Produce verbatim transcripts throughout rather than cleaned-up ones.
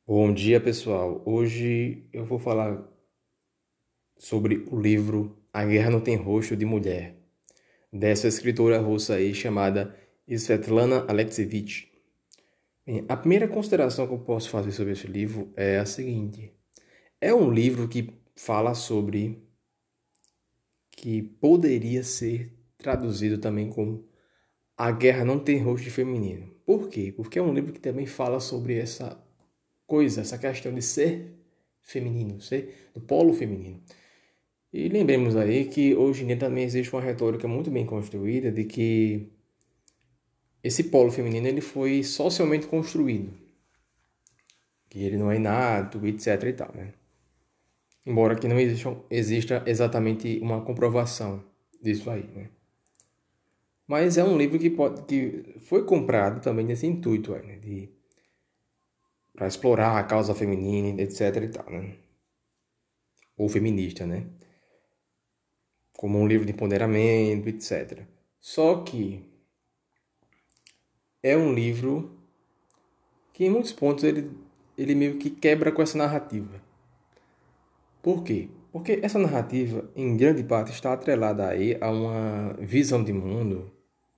Bom dia, pessoal. Hoje eu vou falar sobre o livro A Guerra Não Tem Rosto de Mulher, dessa escritora russa aí chamada Svetlana Alexievich. Bem, a primeira consideração que eu posso fazer sobre esse livro é a seguinte: é um livro que fala sobre que poderia ser traduzido também como A Guerra Não Tem Rosto Feminino. Por quê? Porque é um livro que também fala sobre essa coisa, essa questão de ser feminino, ser do polo feminino. E lembremos aí que hoje em dia também existe uma retórica muito bem construída de que esse polo feminino ele foi socialmente construído, que ele não é inato, etc e tal, né? Embora que não exista, exista exatamente uma comprovação disso aí, né? Mas é um livro que, pode, que foi comprado também nesse intuito aí, né? De para explorar a causa feminina, etc e tal, né? Ou feminista, né? Como um livro de empoderamento, etcétera. Só que é um livro que em muitos pontos ele, ele meio que quebra com essa narrativa. Por quê? Porque essa narrativa, em grande parte, está atrelada aí a uma visão de mundo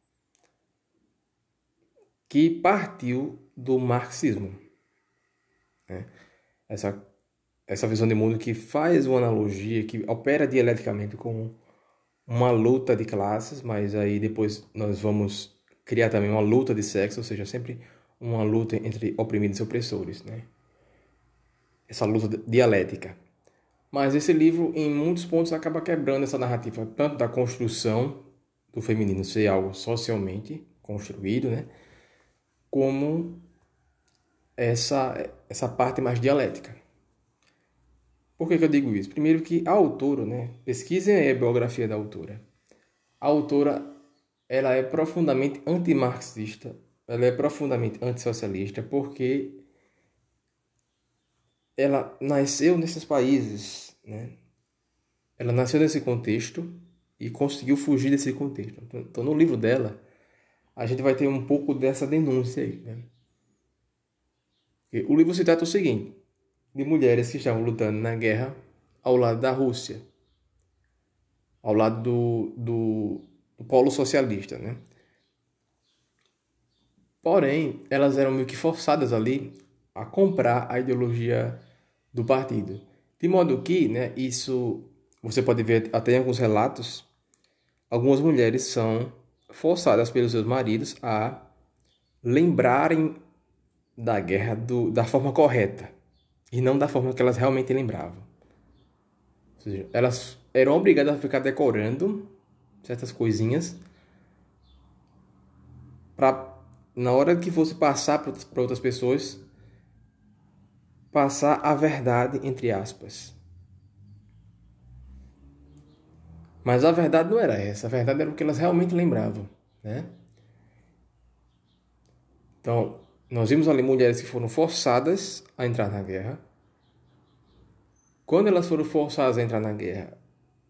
que partiu do marxismo. Né? Essa, essa visão de mundo que faz uma analogia, que opera dialeticamente com uma luta de classes, mas aí depois nós vamos criar também uma luta de sexo, ou seja, sempre uma luta entre oprimidos e opressores, né? Essa luta dialética. Mas esse livro, em muitos pontos, acaba quebrando essa narrativa, tanto da construção do feminino ser algo socialmente construído, né? Como essa, essa parte mais dialética. Por que, que eu digo isso? Primeiro que a autora, né? Pesquisem aí a biografia da autora. A autora, ela é profundamente antimarxista, ela é profundamente antissocialista, porque ela nasceu nesses países, né? Ela nasceu nesse contexto e conseguiu fugir desse contexto. Então, no livro dela, a gente vai ter um pouco dessa denúncia aí, né? O livro se trata o seguinte, de mulheres que estavam lutando na guerra ao lado da Rússia, ao lado do, do, do polo socialista, né? Porém, elas eram meio que forçadas ali a comprar a ideologia do partido. De modo que, né, isso você pode ver até em alguns relatos, algumas mulheres são forçadas pelos seus maridos a lembrarem da guerra do, da forma correta e não da forma que elas realmente lembravam. Ou seja, elas eram obrigadas a ficar decorando certas coisinhas para, na hora que fosse passar para outras pessoas, passar a verdade, entre aspas. Mas a verdade não era essa, a verdade era o que elas realmente lembravam, né? Então, nós vimos ali mulheres que foram forçadas a entrar na guerra. Quando elas foram forçadas a entrar na guerra,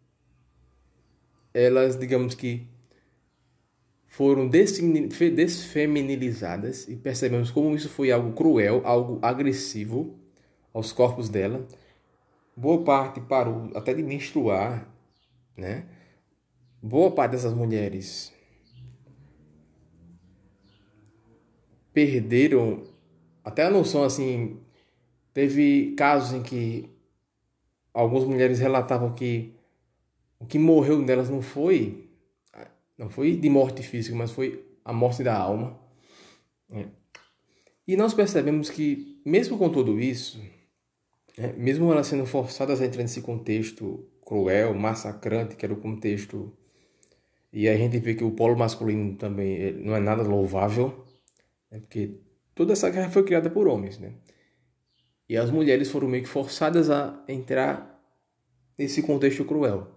elas, digamos que, foram desfeminilizadas e percebemos como isso foi algo cruel, algo agressivo aos corpos dela. Boa parte parou até de menstruar, né? Boa parte dessas mulheres perderam até a noção, assim, teve casos em que algumas mulheres relatavam que o que morreu nelas não foi não foi de morte física, mas foi a morte da alma, né? E nós percebemos que, mesmo com tudo isso, né, mesmo elas sendo forçadas a entrar nesse contexto cruel, massacrante, que era o contexto, e a gente vê que o polo masculino também não é nada louvável, né, porque toda essa guerra foi criada por homens, né? E as mulheres foram meio que forçadas a entrar nesse contexto cruel.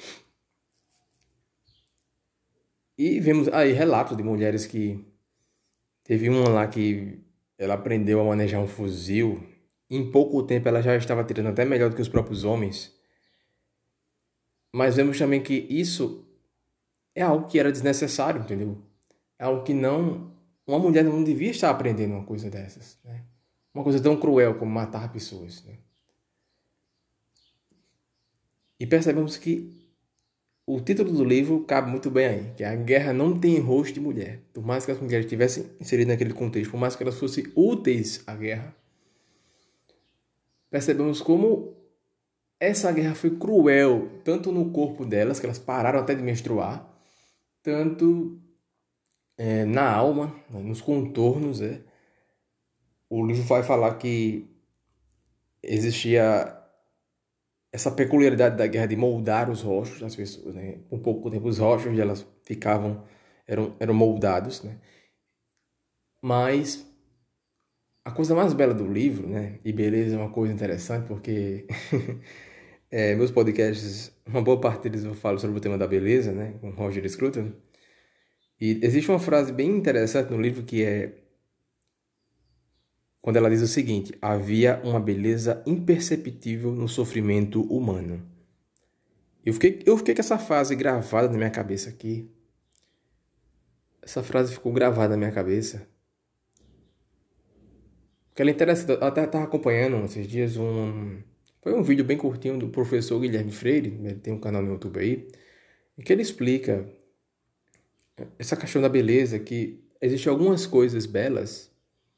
E vemos aí relatos de mulheres que... Teve uma lá que ela aprendeu a manejar um fuzil. Em pouco tempo ela já estava tirando até melhor do que os próprios homens. Mas vemos também que isso é algo que era desnecessário, entendeu? É algo que não... Uma mulher não devia estar aprendendo uma coisa dessas, né? uma coisa tão cruel como matar pessoas, né? E percebemos que o título do livro cabe muito bem aí, que a guerra não tem rosto de mulher. Por mais que as mulheres estivessem inseridas naquele contexto, por mais que elas fossem úteis à guerra, percebemos como essa guerra foi cruel, tanto no corpo delas, que elas pararam até de menstruar, tanto é, na alma, né, nos contornos. É. O livro vai falar que existia essa peculiaridade da guerra de moldar os rostos das pessoas, né? Um pouco tempo os rostos delas ficavam, eram, eram moldados, né? Mas a coisa mais bela do livro, né? E beleza é uma coisa interessante porque é, meus podcasts, uma boa parte deles eu falo sobre o tema da beleza, né? Com Roger Scruton. E existe uma frase bem interessante no livro que é quando ela diz o seguinte: havia uma beleza imperceptível no sofrimento humano. Eu fiquei, eu fiquei com essa frase gravada na minha cabeça aqui. Essa frase ficou gravada na minha cabeça. Porque ela é interessante. Eu até estava acompanhando esses dias um... Foi um vídeo bem curtinho do professor Guilherme Freire. Ele tem um canal no YouTube aí. Em que ele explica essa questão da beleza, que existem algumas coisas belas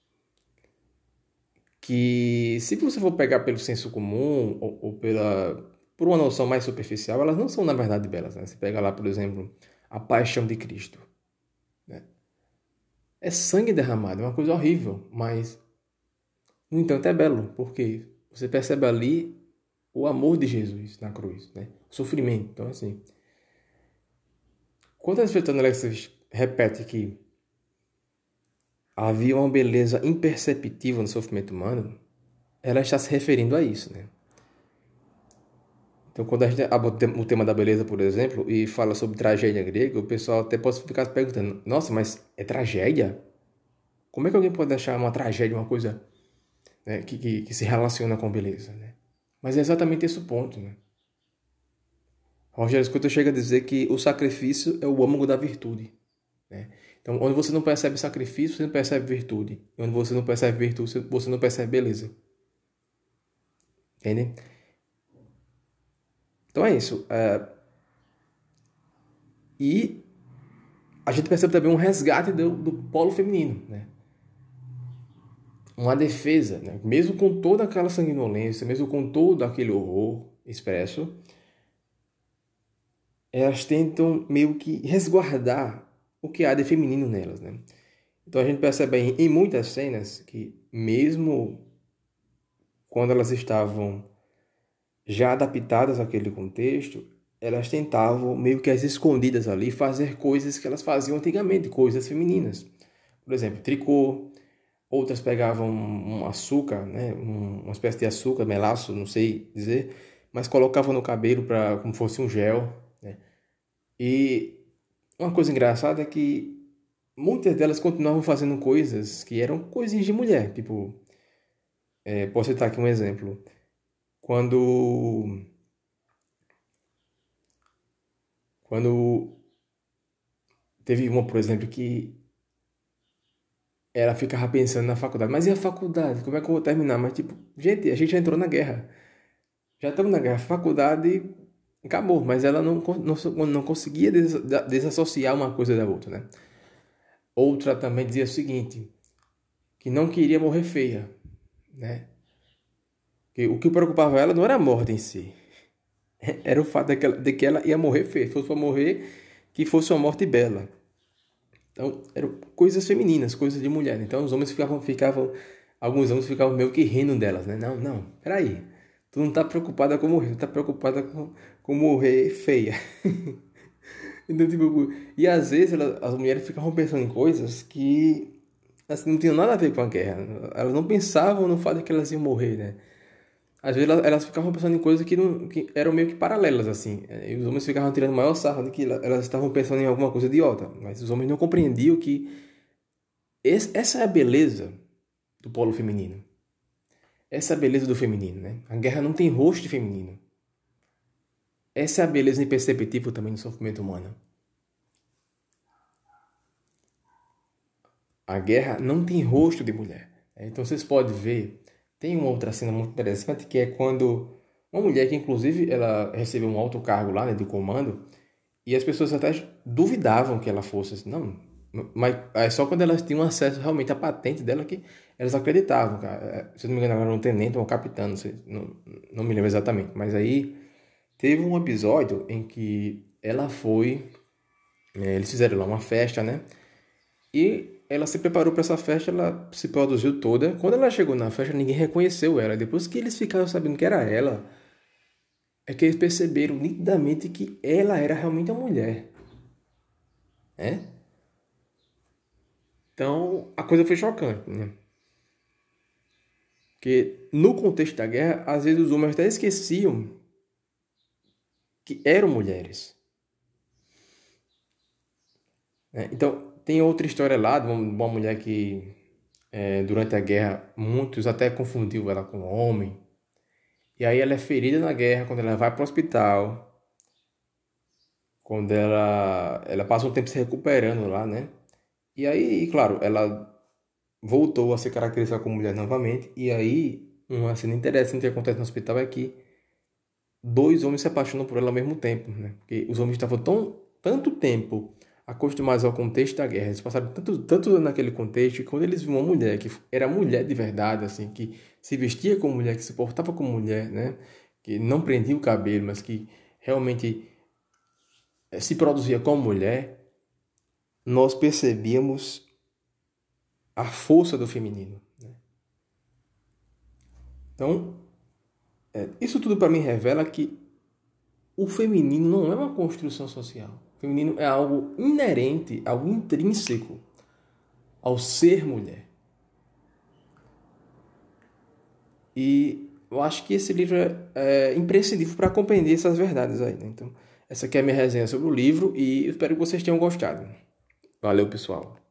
que, se você for pegar pelo senso comum ou, ou pela, por uma noção mais superficial, elas não são, na verdade, belas. Né? Você pega lá, por exemplo, a paixão de Cristo. Né? É sangue derramado, é uma coisa horrível, mas, no entanto, é belo, porque você percebe ali o amor de Jesus na cruz, né? O sofrimento. Então, assim, quantas vezes Alexis repete que havia uma beleza imperceptível no sofrimento humano, ela está se referindo a isso, né? Então, quando a gente aborda o tema da beleza, por exemplo, e fala sobre tragédia grega, o pessoal até pode ficar se perguntando: nossa, mas é tragédia? Como é que alguém pode achar uma tragédia uma coisa, né, que, que, que se relaciona com beleza, né? Mas é exatamente esse o ponto, né? Roger Scruton chega a dizer que o sacrifício é o âmago da virtude, né? Então, onde você não percebe sacrifício, você não percebe virtude. E onde você não percebe virtude, você não percebe beleza. Entende? Então é isso. É... E a gente percebe também um resgate do, do polo feminino, né? Uma defesa, né? Mesmo com toda aquela sanguinolência, mesmo com todo aquele horror expresso, elas tentam meio que resguardar o que há de feminino nelas, né? Então a gente percebe em, em muitas cenas que mesmo quando elas estavam já adaptadas àquele contexto, elas tentavam meio que às escondidas ali fazer coisas que elas faziam antigamente, coisas femininas. Por exemplo, tricô. Outras pegavam um açúcar, né, uma espécie de açúcar, melaço, não sei dizer, mas colocavam no cabelo para como fosse um gel, né? E uma coisa engraçada é que muitas delas continuavam fazendo coisas que eram coisinhas de mulher, tipo, é, posso citar aqui um exemplo. Quando quando teve uma, por exemplo, que ela ficava pensando na faculdade, mas e a faculdade? Como é que eu vou terminar? Mas tipo, gente, a gente já entrou na guerra. Já estamos na guerra. Faculdade acabou, mas ela não, não, não conseguia desassociar uma coisa da outra, né? Outra também dizia o seguinte, que não queria morrer feia, né? Que o que preocupava ela não era a morte em si, era o fato de que ela, de que ela ia morrer feia. Se fosse para morrer, que fosse uma morte bela. Então, eram coisas femininas, coisas de mulher. Então, os homens ficavam, ficavam alguns homens ficavam meio que rindo delas, né? Não, não, peraí. Tu não tá preocupada com morrer, tu tá preocupada com, com morrer feia. Então, tipo, e às vezes ela, as mulheres ficavam pensando em coisas que assim, não tinham nada a ver com a guerra. Elas não pensavam no fato de que elas iam morrer, né? Às vezes elas, elas ficavam pensando em coisas que, não, que eram meio que paralelas, assim. E os homens ficavam tirando o maior sarro de que elas estavam pensando em alguma coisa idiota. Mas os homens não compreendiam que esse, essa é a beleza do polo feminino. Essa é a beleza do feminino, né? A guerra não tem rosto de feminino. Essa é a beleza imperceptível também no sofrimento humano. A guerra não tem rosto de mulher. Então vocês podem ver, tem uma outra cena muito interessante que é quando uma mulher que inclusive ela recebeu um alto cargo lá, né, de comando, e as pessoas até duvidavam que ela fosse assim, não, mas é só quando elas tinham acesso realmente à patente dela que elas acreditavam, cara. Se eu não me engano, ela era um tenente ou um capitão, não sei, não, não me lembro exatamente. Mas aí teve um episódio em que ela foi, é, eles fizeram lá uma festa, né? E ela se preparou para essa festa, ela se produziu toda. Quando ela chegou na festa, ninguém reconheceu ela. Depois que eles ficaram sabendo que era ela, é que eles perceberam nitidamente que ela era realmente a mulher, né? Então a coisa foi chocante, né? Porque no contexto da guerra, às vezes os homens até esqueciam que eram mulheres, né? Então tem outra história lá de uma, uma mulher que é, durante a guerra muitos até confundiu ela com homem. E aí ela é ferida na guerra quando ela vai para o hospital, quando ela, ela passa um tempo se recuperando lá, né? E aí, claro, ela voltou a ser caracterizada como mulher novamente. E aí, uma cena interessante que acontece no hospital é que dois homens se apaixonam por ela ao mesmo tempo, né? Porque os homens estavam tão, tanto tempo acostumados ao contexto da guerra, eles passaram tanto, tanto naquele contexto, que quando eles viam uma mulher que era mulher de verdade, assim, que se vestia como mulher, que se portava como mulher, né? Que não prendia o cabelo, mas que realmente eh, se produzia como mulher, nós percebíamos a força do feminino, né? Então, é, isso tudo para mim revela que o feminino não é uma construção social. O feminino é algo inerente, algo intrínseco ao ser mulher. E eu acho que esse livro é, é imprescindível para compreender essas verdades aí, né? Então, essa aqui é a minha resenha sobre o livro e eu espero que vocês tenham gostado. Valeu, pessoal.